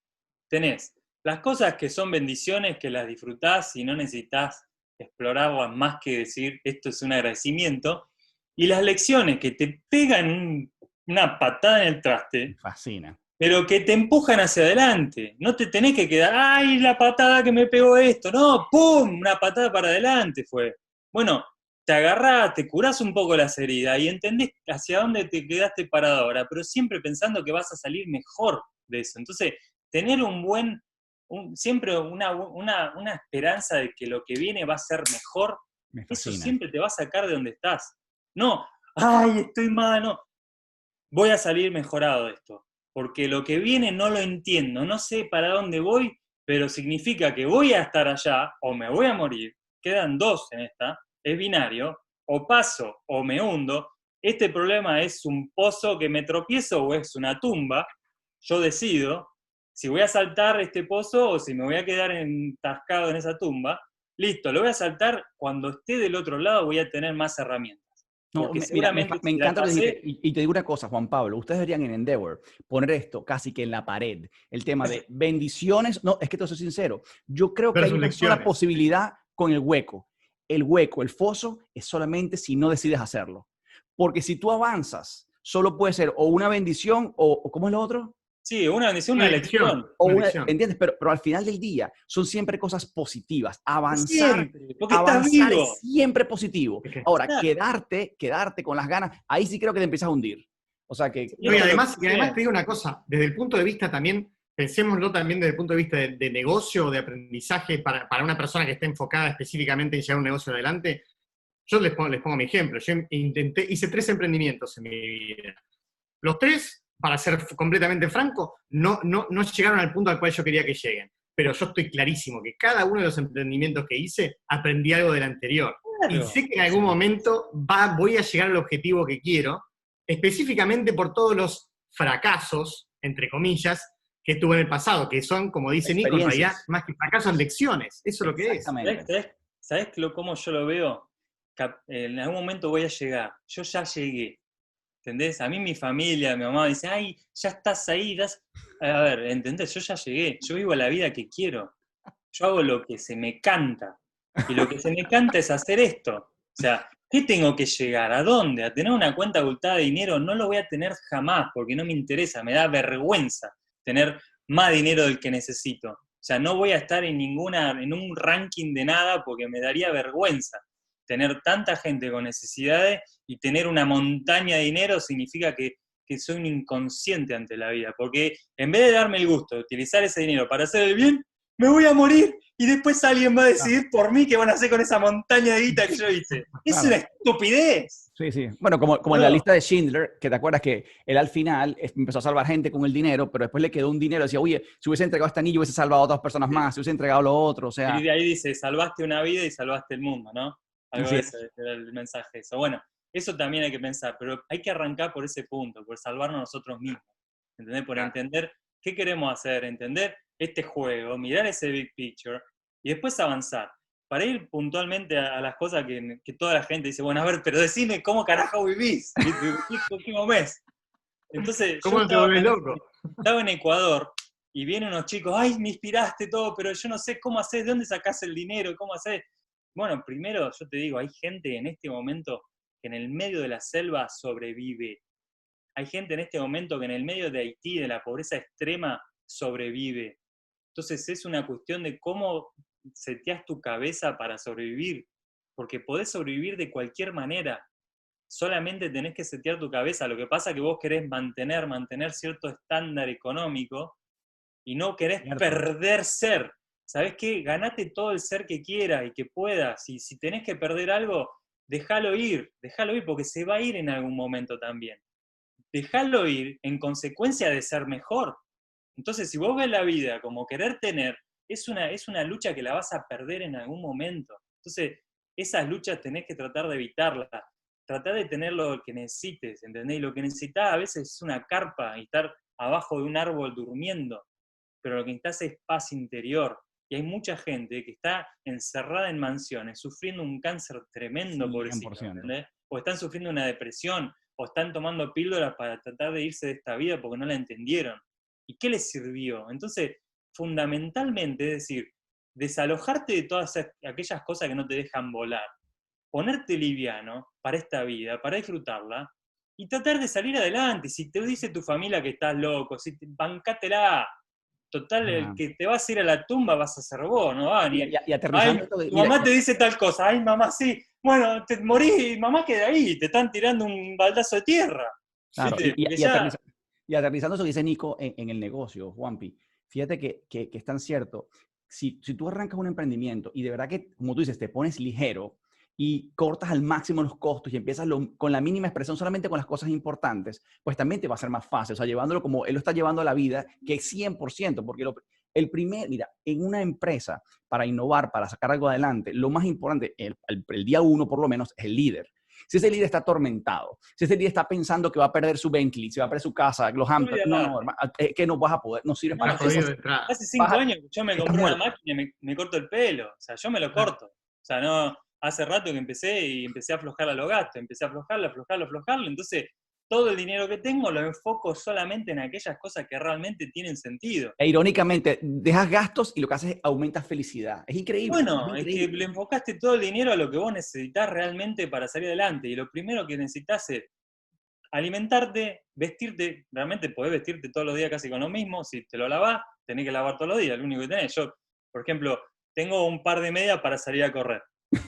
Tenés las cosas que son bendiciones, que las disfrutás y no necesitas explorarlas más que decir esto es un agradecimiento, y las lecciones que te pegan una patada en el Me traste, fascina. pero que te empujan hacia adelante. No te tenés que quedar, ¡ay, la patada que me pegó esto! No, ¡pum! Una patada para adelante fue. Bueno, te agarrás, te curás un poco las heridas y entendés hacia dónde te quedaste parado ahora, pero siempre pensando que vas a salir mejor de eso. Entonces, tener siempre una esperanza de que lo que viene va a ser mejor, Me eso fascina. siempre te va a sacar de donde estás. No, ¡ay, estoy mal! No, voy a salir mejorado de esto, porque lo que viene no lo entiendo, no sé para dónde voy, pero significa que voy a estar allá o me voy a morir, quedan dos en esta, es binario, o paso o me hundo, este problema es un pozo que me tropiezo o es una tumba, yo decido si voy a saltar este pozo o si me voy a quedar entascado en esa tumba, listo, lo voy a saltar, cuando esté del otro lado voy a tener más herramientas. No, Porque mira, seguramente me si la encanta lo que dijiste. pasé, Y te digo una cosa, Juan Pablo, ustedes deberían en Endeavor poner esto casi que en la pared, el tema de bendiciones. No, es que te soy sincero, yo creo que hay Versus una sola lecciones. posibilidad con el hueco. El hueco, el foso, es solamente si no decides hacerlo. Porque si tú avanzas, solo puede ser o una bendición o ¿cómo es lo otro? Sí, una bendición, una elección. O Una una, elección. ¿entiendes? Pero al final del día son siempre cosas positivas. Siempre, porque estás Avanzar vivo. es siempre positivo. Es que- Ahora, Claro. quedarte con las ganas, ahí sí creo que te empiezas a hundir. O sea que... Sí, No, y eso es lo además, que y además te sé. digo una cosa, desde el punto de vista también, pensémoslo también desde el punto de vista de negocio, de aprendizaje para una persona que esté enfocada específicamente en llevar un negocio adelante. Yo les pongo mi ejemplo. Yo hice 3 emprendimientos en mi vida. Los 3, para ser completamente franco, no llegaron al punto al cual yo quería que lleguen. Pero yo estoy clarísimo que cada uno de los emprendimientos que hice, aprendí algo del anterior. Y Claro. sé que en algún momento voy a llegar al objetivo que quiero, específicamente por todos los fracasos, entre comillas, que tuve en el pasado, que son, como dice Nico, en realidad, Experiencias. más que fracasos, lecciones. Eso es lo que es. Exactamente. ¿Sabés cómo yo lo veo? En algún momento voy a llegar. Yo ya llegué. ¿Entendés? A mí mi familia, mi mamá dice, ay, ya estás ahí. A ver, ¿entendés? Yo ya llegué. Yo vivo la vida que quiero. Yo hago lo que se me canta. Y lo que se me canta es hacer esto. O sea, ¿qué tengo que llegar? ¿A dónde? ¿A tener una cuenta abultada de dinero? No lo voy a tener jamás porque no me interesa. Me da vergüenza tener más dinero del que necesito. O sea, no voy a estar en un ranking de nada porque me daría vergüenza. Tener tanta gente con necesidades y tener una montaña de dinero significa que soy un inconsciente ante la vida. Porque en vez de darme el gusto de utilizar ese dinero para hacer el bien, me voy a morir y después alguien va a decidir por mí qué van a hacer con esa montaña de guita que yo hice. Es Claro. una estupidez. Sí, sí. Bueno, como en la lista de Schindler, que te acuerdas que él al final empezó a salvar gente con el dinero, pero después le quedó un dinero. Decía, oye, si hubiese entregado este anillo, hubiese salvado a otras personas más, si hubiese entregado lo otro, o sea... Y de ahí dice, salvaste una vida y salvaste el mundo, ¿no? Algo Sí. de eso era el mensaje. Eso. Bueno, eso también hay que pensar, pero hay que arrancar por ese punto, por salvarnos nosotros mismos. ¿Entendés? Por entender qué queremos hacer, entender este juego, mirar ese big picture y después avanzar. Para ir puntualmente a las cosas que toda la gente dice, bueno, a ver, pero decime cómo carajo vivís, ¿qué mes? Entonces, yo ¿Cómo te volvés loco? estaba en Ecuador y vienen unos chicos, ay, me inspiraste todo, pero yo no sé cómo haces, de dónde sacás el dinero, cómo haces. Bueno, primero yo te digo, hay gente en este momento que en el medio de la selva sobrevive. Hay gente en este momento que en el medio de Haití, de la pobreza extrema, sobrevive. Entonces es una cuestión de cómo seteás tu cabeza para sobrevivir, porque podés sobrevivir de cualquier manera. Solamente tenés que setear tu cabeza. Lo que pasa es que vos querés mantener cierto estándar económico y no querés perder ser. ¿Sabés qué? Ganate todo el ser que quieras y que puedas. Y si tenés que perder algo, déjalo ir, porque se va a ir en algún momento también. Déjalo ir en consecuencia de ser mejor. Entonces, si vos ves la vida como querer tener, es una lucha que la vas a perder en algún momento. Entonces, esas luchas tenés que tratar de evitarlas. Tratar de tener lo que necesites, ¿entendés? Y lo que necesitas a veces es una carpa y estar abajo de un árbol durmiendo, pero lo que necesitas es paz interior. Y hay mucha gente que está encerrada en mansiones, sufriendo un cáncer tremendo, pobrecito, ¿entendés? O están sufriendo una depresión, o están tomando píldoras para tratar de irse de esta vida porque no la entendieron. ¿Y qué les sirvió? Entonces, fundamentalmente, es decir, desalojarte de todas aquellas cosas que no te dejan volar, ponerte liviano para esta vida, para disfrutarla, y tratar de salir adelante. Si te dice tu familia que estás loco, bancátela. Total, el que te vas a ir a la tumba vas a ser vos, ¿no? Y aterrizando... Ay, tu mamá te dice tal cosa, ay, mamá, sí, bueno, te morís, mamá queda ahí, te están tirando un baldazo de tierra. Claro, ¿Viste? y aterrizando eso que dice Nico en el negocio, Juanpi, fíjate que es tan cierto. Si tú arrancas un emprendimiento y de verdad que, como tú dices, te pones ligero y cortas al máximo los costos y empiezas con la mínima expresión, solamente con las cosas importantes, pues también te va a ser más fácil. O sea, llevándolo como él lo está llevando a la vida, que es 100%, porque mira, en una empresa, para innovar, para sacar algo adelante, lo más importante, el día uno por lo menos, es el líder. Si ese líder está atormentado, si ese líder está pensando que va a perder su Bentley, si va a perder su casa, los Hamptons, no, hermano, es que no vas a poder, no sirve para eso. Hace 5 años que yo me compré una máquina y me corto el pelo, o sea, yo me lo corto. O sea, no, hace rato que empecé a aflojar a los gastos, empecé a aflojarlo, entonces todo el dinero que tengo lo enfoco solamente en aquellas cosas que realmente tienen sentido. E irónicamente, dejas gastos y lo que haces es aumentas felicidad. Es increíble. Bueno, es que le enfocaste todo el dinero a lo que vos necesitas realmente para salir adelante. Y lo primero que necesitas es alimentarte, vestirte, realmente podés vestirte todos los días casi con lo mismo, si te lo lavás, tenés que lavar todos los días, lo único que tenés. Yo, por ejemplo, tengo un par de medias para salir a correr.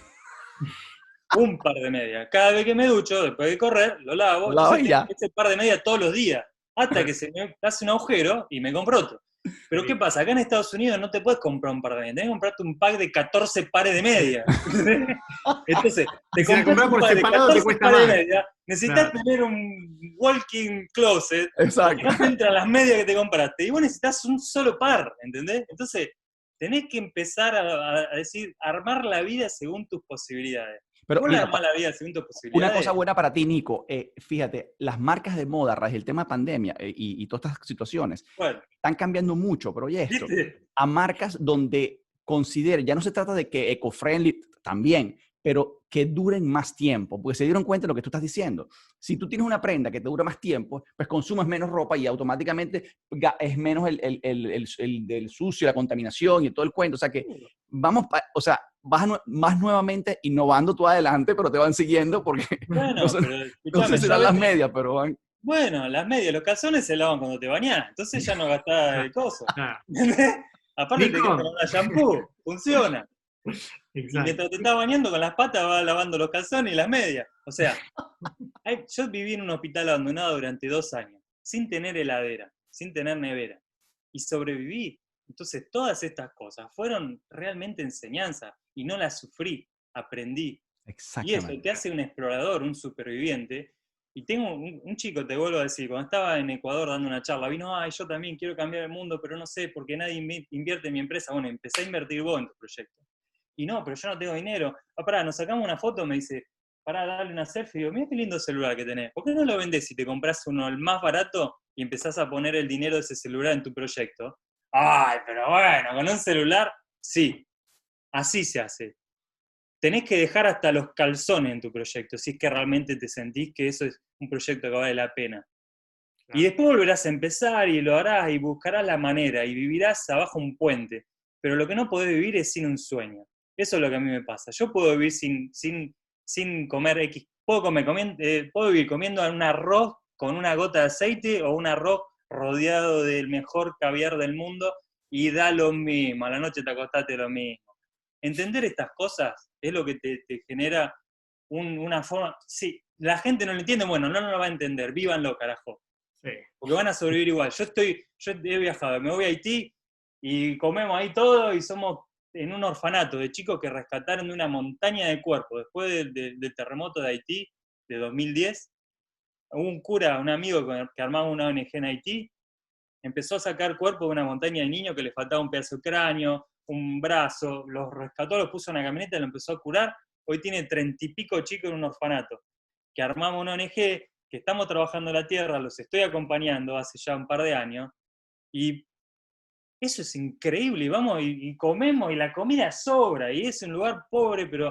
Un par de medias. Cada vez que me ducho, después de correr, lo lavo. Entonces y ya. tengo ese par de medias todos los días, hasta que se me hace un agujero y me compro otro. Pero ¿qué pasa? Acá en Estados Unidos no te puedes comprar un par de medias, tenés que comprarte un pack de 14 pares de medias. Entonces, te Si la compras compras un por par de separado te 14 cuesta pares de más. medias, necesitas tener un walking closet, Exacto. porque no te entran las medias que te compraste, y vos necesitas un solo par, ¿entendés? Entonces, tenés que empezar a decir, armar la vida según tus posibilidades. Pero Vos la mira, armás la vida según tus una posibilidades. cosa buena para ti, Nico. Fíjate, las marcas de moda, a raíz del tema pandemia y todas estas situaciones, Bueno, están cambiando mucho, pero oye esto, ¿viste? a marcas donde consideren, ya no se trata de que eco-friendly también, pero que duren más tiempo, porque se dieron cuenta de lo que tú estás diciendo. Si tú tienes una prenda que te dura más tiempo, pues consumes menos ropa y automáticamente es menos el sucio, la contaminación y todo el cuento. O sea que vamos, o sea, más nuevamente innovando tú adelante, pero te van siguiendo porque Bueno, no sé, pero no sé escuchame, si yo a serán las veces, medias, pero van. bueno, las medias, los calzones se lavan cuando te bañás, entonces ya no gastás el coso. Claro. ¿Entendés? Aparte te quedas con Nico, una shampoo, funciona. Y exacto. mientras te estás bañando con las patas vas lavando los calzones y las medias. O sea, yo viví en un hospital abandonado durante 2 años, sin tener heladera, sin tener nevera. Y sobreviví. Entonces todas estas cosas fueron realmente enseñanza y no las sufrí, aprendí. Y eso Exactamente. te hace un explorador, un superviviente. Y tengo un chico, te vuelvo a decir, cuando estaba en Ecuador dando una charla, vino, ay, yo también quiero cambiar el mundo, pero no sé, porque nadie invierte en mi empresa. Bueno, empecé a invertir vos en tu proyecto. Y no, pero yo no tengo dinero. Ah, pará, nos sacamos una foto, me dice, pará, darle una selfie. Y digo, mira qué lindo celular que tenés. ¿Por qué no lo vendés si te compras uno el más barato y empezás a poner el dinero de ese celular en tu proyecto? Ay, pero bueno, con un celular, sí, así se hace. Tenés que dejar hasta los calzones en tu proyecto, si es que realmente te sentís que eso es un proyecto que vale la pena. Y después volverás a empezar y lo harás y buscarás la manera y vivirás abajo un puente. Pero lo que no podés vivir es sin un sueño. Eso es lo que a mí me pasa. Yo puedo vivir sin comer X. Puedo vivir comiendo un arroz con una gota de aceite o un arroz rodeado del mejor caviar del mundo y da lo mismo. A la noche te acostaste lo mismo. Entender estas cosas es lo que te genera una forma. Sí, la gente no lo entiende, bueno, no lo va a entender. Vívanlo, carajo. Sí. Porque van a sobrevivir igual. Yo he viajado, me voy a Haití y comemos ahí todo y somos en un orfanato de chicos que rescataron de una montaña de cuerpos. Después del terremoto de Haití de 2010, hubo un cura, un amigo que armaba una ONG en Haití, empezó a sacar cuerpos de una montaña de niños que le faltaba un pedazo de cráneo, un brazo, los rescató, los puso en una camioneta y lo empezó a curar. Hoy tiene 30 y pico chicos en un orfanato. Que armamos una ONG, que estamos trabajando en la tierra, los estoy acompañando hace ya un par de años, y eso es increíble, y vamos y comemos, y la comida sobra, y es un lugar pobre, pero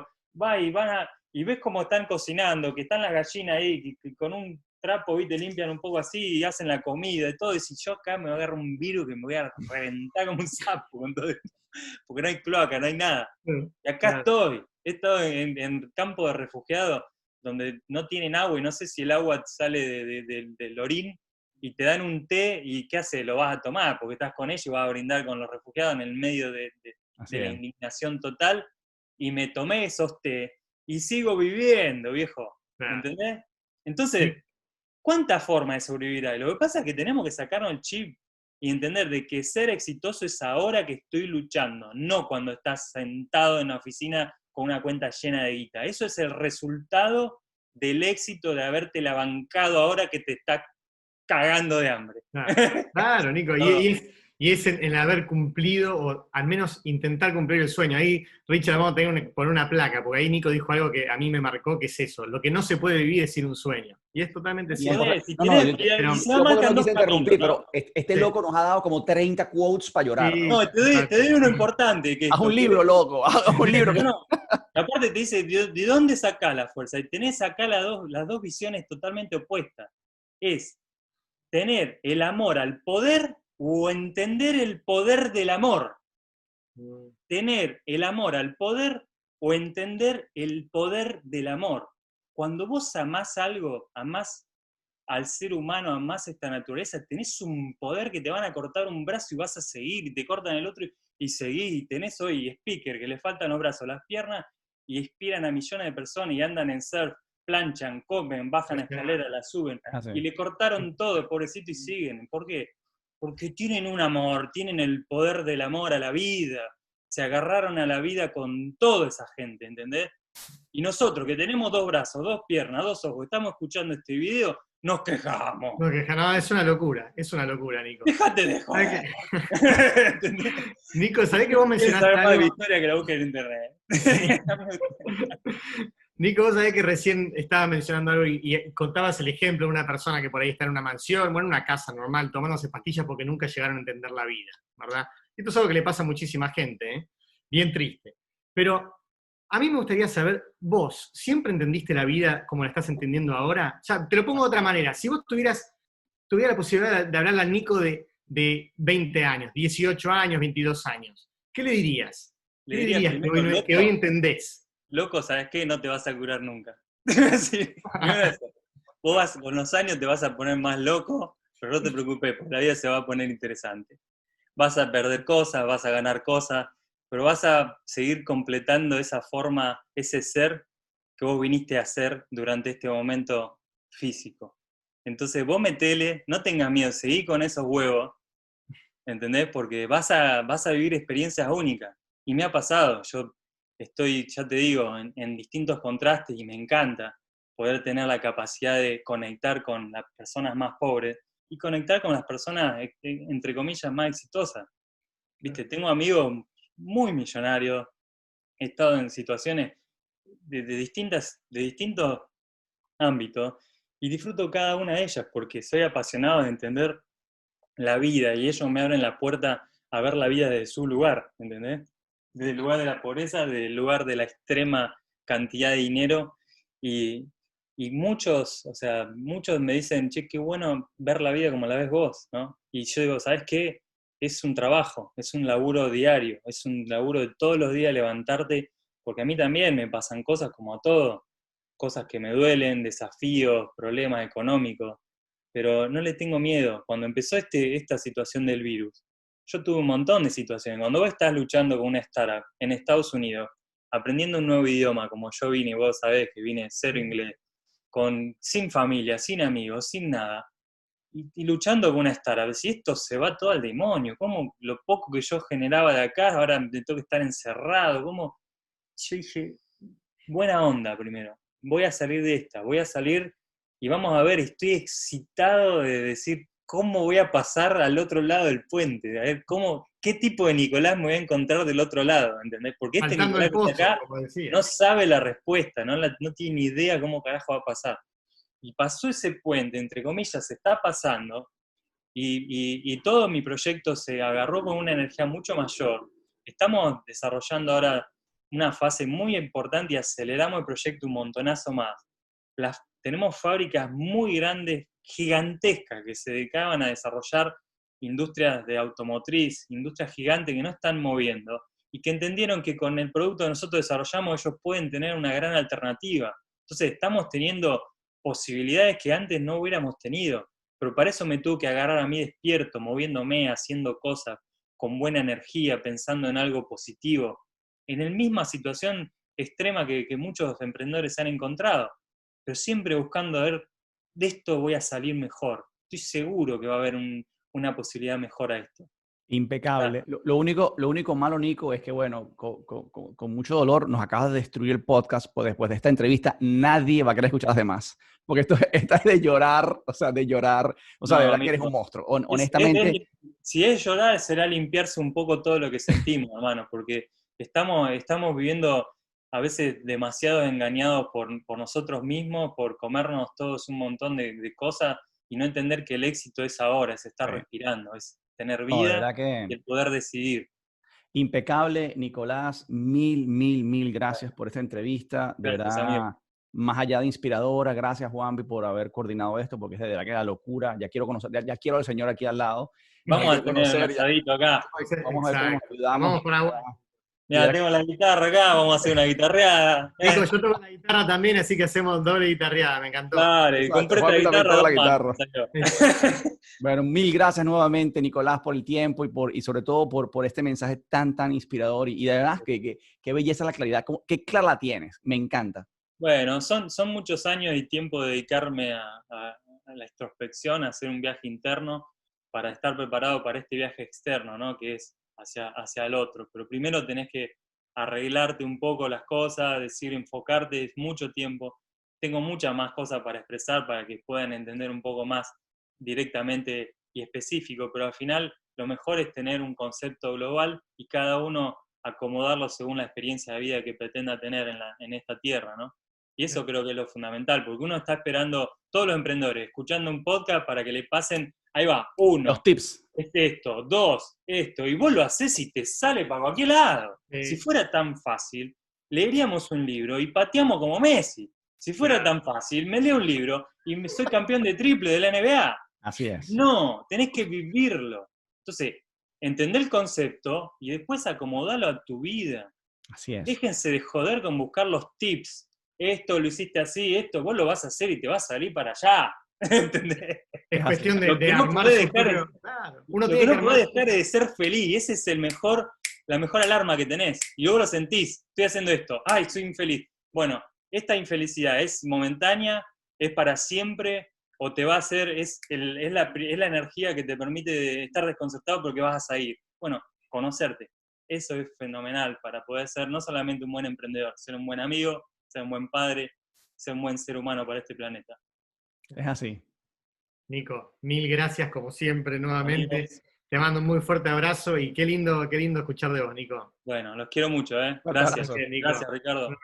y ves cómo están cocinando, que están las gallinas ahí, que con un trapo, ¿viste? Limpian un poco así y hacen la comida y todo, y si yo acá me voy a agarrar un virus que me voy a reventar como un sapo con todo esto, porque no hay cloaca, no hay nada. Y acá he estado en campo de refugiados, donde no tienen agua y no sé si el agua sale del orín, y te dan un té y ¿qué haces? Lo vas a tomar porque estás con ellos y vas a brindar con los refugiados en el medio de la indignación total, y me tomé esos té y sigo viviendo, viejo, ¿entendés? Entonces, ¿cuántas formas de sobrevivir hay? Lo que pasa es que tenemos que sacarnos el chip y entender de que ser exitoso es ahora que estoy luchando, no cuando estás sentado en la oficina con una cuenta llena de guita. Eso es el resultado del éxito de habértela bancado ahora que te está cagando de hambre. Claro, Nico, y es en haber cumplido, o al menos intentar cumplir el sueño. Ahí, Richard, vamos a tener que poner una placa, porque ahí Nico dijo algo que a mí me marcó, que es eso, lo que no se puede vivir es sin un sueño. Y es totalmente cierto. Yo no quise interrumpir, pero este loco nos ha dado como 30 quotes para llorar. Sí, no, te doy uno importante. Haz un libro, loco, haz un libro. Aparte te dice, ¿de dónde sacás la fuerza? Y tenés acá las dos visiones totalmente opuestas. Es tener el amor al poder o entender el poder del amor. Tener el amor al poder o entender el poder del amor. Cuando vos amás algo, amás al ser humano, amás esta naturaleza, tenés un poder que te van a cortar un brazo y vas a seguir, y te cortan el otro y seguís, y tenés hoy speaker que le faltan los brazos, las piernas, y inspiran a millones de personas y andan en surf, planchan, comen, bajan escaleras, la suben, y le cortaron todo, pobrecito, y siguen. ¿Por qué? Porque tienen un amor, tienen el poder del amor a la vida, se agarraron a la vida con toda esa gente, ¿entendés? Y nosotros, que tenemos 2 brazos, 2 piernas, 2 ojos, estamos escuchando este video, nos quejamos. No, es una locura, Nico. Dejate de joder. Nico, ¿sabés que vos mencionaste saber más de algo? mi historia que la busque en internet. Nico, vos sabés que recién estaba mencionando algo y contabas el ejemplo de una persona que por ahí está en una mansión, bueno, en una casa normal, tomándose pastillas porque nunca llegaron a entender la vida, ¿verdad? Esto es algo que le pasa a muchísima gente, ¿eh? Bien triste. Pero a mí me gustaría saber, vos, ¿siempre entendiste la vida como la estás entendiendo ahora? O sea, te lo pongo de otra manera. Si vos tuvieras la posibilidad de hablarle al Nico de 20 años, 18 años, 22 años, ¿qué le dirías? ¿Qué le dirías primero, que hoy entendés? Loco, ¿sabes qué? No te vas a curar nunca. Sí, vos con los años te vas a poner más loco, pero no te preocupes, porque la vida se va a poner interesante. Vas a perder cosas, vas a ganar cosas, pero vas a seguir completando esa forma, ese ser que vos viniste a hacer durante este momento físico. Entonces vos metele, no tengas miedo, seguí con esos huevos, ¿entendés? Porque vas a vivir experiencias únicas. Y me ha pasado, yo estoy, ya te digo, en distintos contrastes y me encanta poder tener la capacidad de conectar con las personas más pobres y conectar con las personas, entre comillas, más exitosas. ¿Viste? Tengo amigos muy millonarios, he estado en situaciones de distintos ámbitos y disfruto cada una de ellas porque soy apasionado de entender la vida y ellos me abren la puerta a ver la vida desde su lugar, ¿entendés? Desde el lugar de la pobreza, desde el lugar de la extrema cantidad de dinero y muchos, o sea, muchos me dicen, che, qué bueno ver la vida como la ves vos, ¿no? Y yo digo, ¿sabes qué? Es un trabajo, es un laburo diario, es un laburo de todos los días levantarte, porque a mí también me pasan cosas como a todos, cosas que me duelen, desafíos, problemas económicos, pero no le tengo miedo. Cuando empezó esta situación del virus, yo tuve un montón de situaciones. Cuando vos estás luchando con una startup en Estados Unidos, aprendiendo un nuevo idioma, como yo vine, vos sabés que vine cero inglés, sin familia, sin amigos, sin nada, y luchando con una startup, si esto se va todo al demonio, ¿cómo lo poco que yo generaba de acá, ahora me tengo que estar encerrado? ¿Cómo? Yo dije, buena onda primero, voy a salir de esta, voy a salir y vamos a ver, estoy excitado de decir cómo voy a pasar al otro lado del puente, a ver qué tipo de Nicolás me voy a encontrar del otro lado, ¿entendés? Porque este Faltando Nicolás el pozo, que está acá como decía. no sabe la respuesta, no tiene ni idea cómo carajo va a pasar. Y pasó ese puente, entre comillas, se está pasando, y todo mi proyecto se agarró con una energía mucho mayor. Estamos desarrollando ahora una fase muy importante y aceleramos el proyecto un montonazo más. Tenemos fábricas muy grandes, gigantescas, que se dedicaban a desarrollar industrias de automotriz, industrias gigantes que no están moviendo, y que entendieron que con el producto que nosotros desarrollamos ellos pueden tener una gran alternativa. Entonces estamos teniendo posibilidades que antes no hubiéramos tenido, pero para eso me tuve que agarrar a mí despierto, moviéndome, haciendo cosas con buena energía, pensando en algo positivo, en la misma situación extrema que muchos emprendedores se han encontrado, pero siempre buscando a ver, de esto voy a salir mejor. Estoy seguro que va a haber una posibilidad mejor a esto. Impecable. Lo único malo, Nico, es que, bueno, con mucho dolor nos acabas de destruir el podcast, pues después de esta entrevista nadie va a querer escuchar las demás. Porque esta es de llorar, o sea, de llorar. O sea, No, de verdad amigo, que eres un monstruo. Honestamente. Si es llorar, será limpiarse un poco todo lo que sentimos, hermano, porque estamos viviendo a veces demasiado engañados por nosotros mismos, por comernos todos un montón de cosas y no entender que el éxito es ahora, es estar respirando, es tener No, de vida verdad que y el poder decidir. impecable, Nicolás. Mil gracias por esta entrevista. De Gracias, verdad, amigo. más allá de inspiradora. Gracias, Juanpi, por haber coordinado esto, porque es de verdad que la locura. Ya quiero conocer, ya quiero al señor aquí al lado. Vamos a Quiero tener un conocer, asadito acá. vamos a ver cómo nos Exacto. ayudamos. Vamos por agua. Mira, tengo la guitarra acá, vamos a hacer una guitarreada. Nico, yo toco la guitarra también, así que hacemos doble guitarreada, me encantó. Claro, y Exacto, compré Juanpi esta también guitarra toca la 2 manos, guitarra. salió. Bueno, mil gracias nuevamente, Nicolás, por el tiempo y sobre todo por este mensaje tan inspirador. Y de verdad, qué belleza la claridad, qué clara la tienes. Me encanta. Bueno, son muchos años y tiempo de dedicarme a la introspección, a hacer un viaje interno para estar preparado para este viaje externo, ¿no? Que es hacia el otro. Pero primero tenés que arreglarte un poco las cosas, decir, enfocarte, es mucho tiempo. Tengo muchas más cosas para expresar para que puedan entender un poco más directamente y específico, pero al final lo mejor es tener un concepto global y cada uno acomodarlo según la experiencia de vida que pretenda tener en esta tierra, ¿no? Y eso creo que es lo fundamental, porque uno está esperando, todos los emprendedores, escuchando un podcast para que le pasen, ahí va, Los 1, tips. es esto, 2, esto, y vos lo haces y te sale para cualquier lado. Si fuera tan fácil, leeríamos un libro y pateamos como Messi. Si fuera tan fácil, me leo un libro y soy campeón de triple de la NBA. Así es. No, tenés que vivirlo. Entonces, entender el concepto y después acomodarlo a tu vida. Así es. Déjense de joder con buscar los tips. Esto lo hiciste así, esto vos lo vas a hacer y te va a salir para allá. ¿Entendés? Es cuestión de no armar podés su propio... Claro, uno Lo tiene que que no podés armar... dejar es de ser feliz. Ese es la mejor alarma que tenés. Y luego lo sentís. Estoy haciendo esto. Ay, soy infeliz. Bueno, esta infelicidad es momentánea, es para siempre, o te va a hacer, es la energía que te permite estar desconcertado porque vas a salir. Bueno, conocerte. Eso es fenomenal para poder ser no solamente un buen emprendedor, ser un buen amigo, ser un buen padre, ser un buen ser humano para este planeta. Es así. Nico, mil gracias como siempre nuevamente. Amigos. Te mando un muy fuerte abrazo y qué lindo escuchar de vos, Nico. Bueno, los quiero mucho, ¿eh? Fuerte Gracias. abrazo. Nico. Gracias, Ricardo.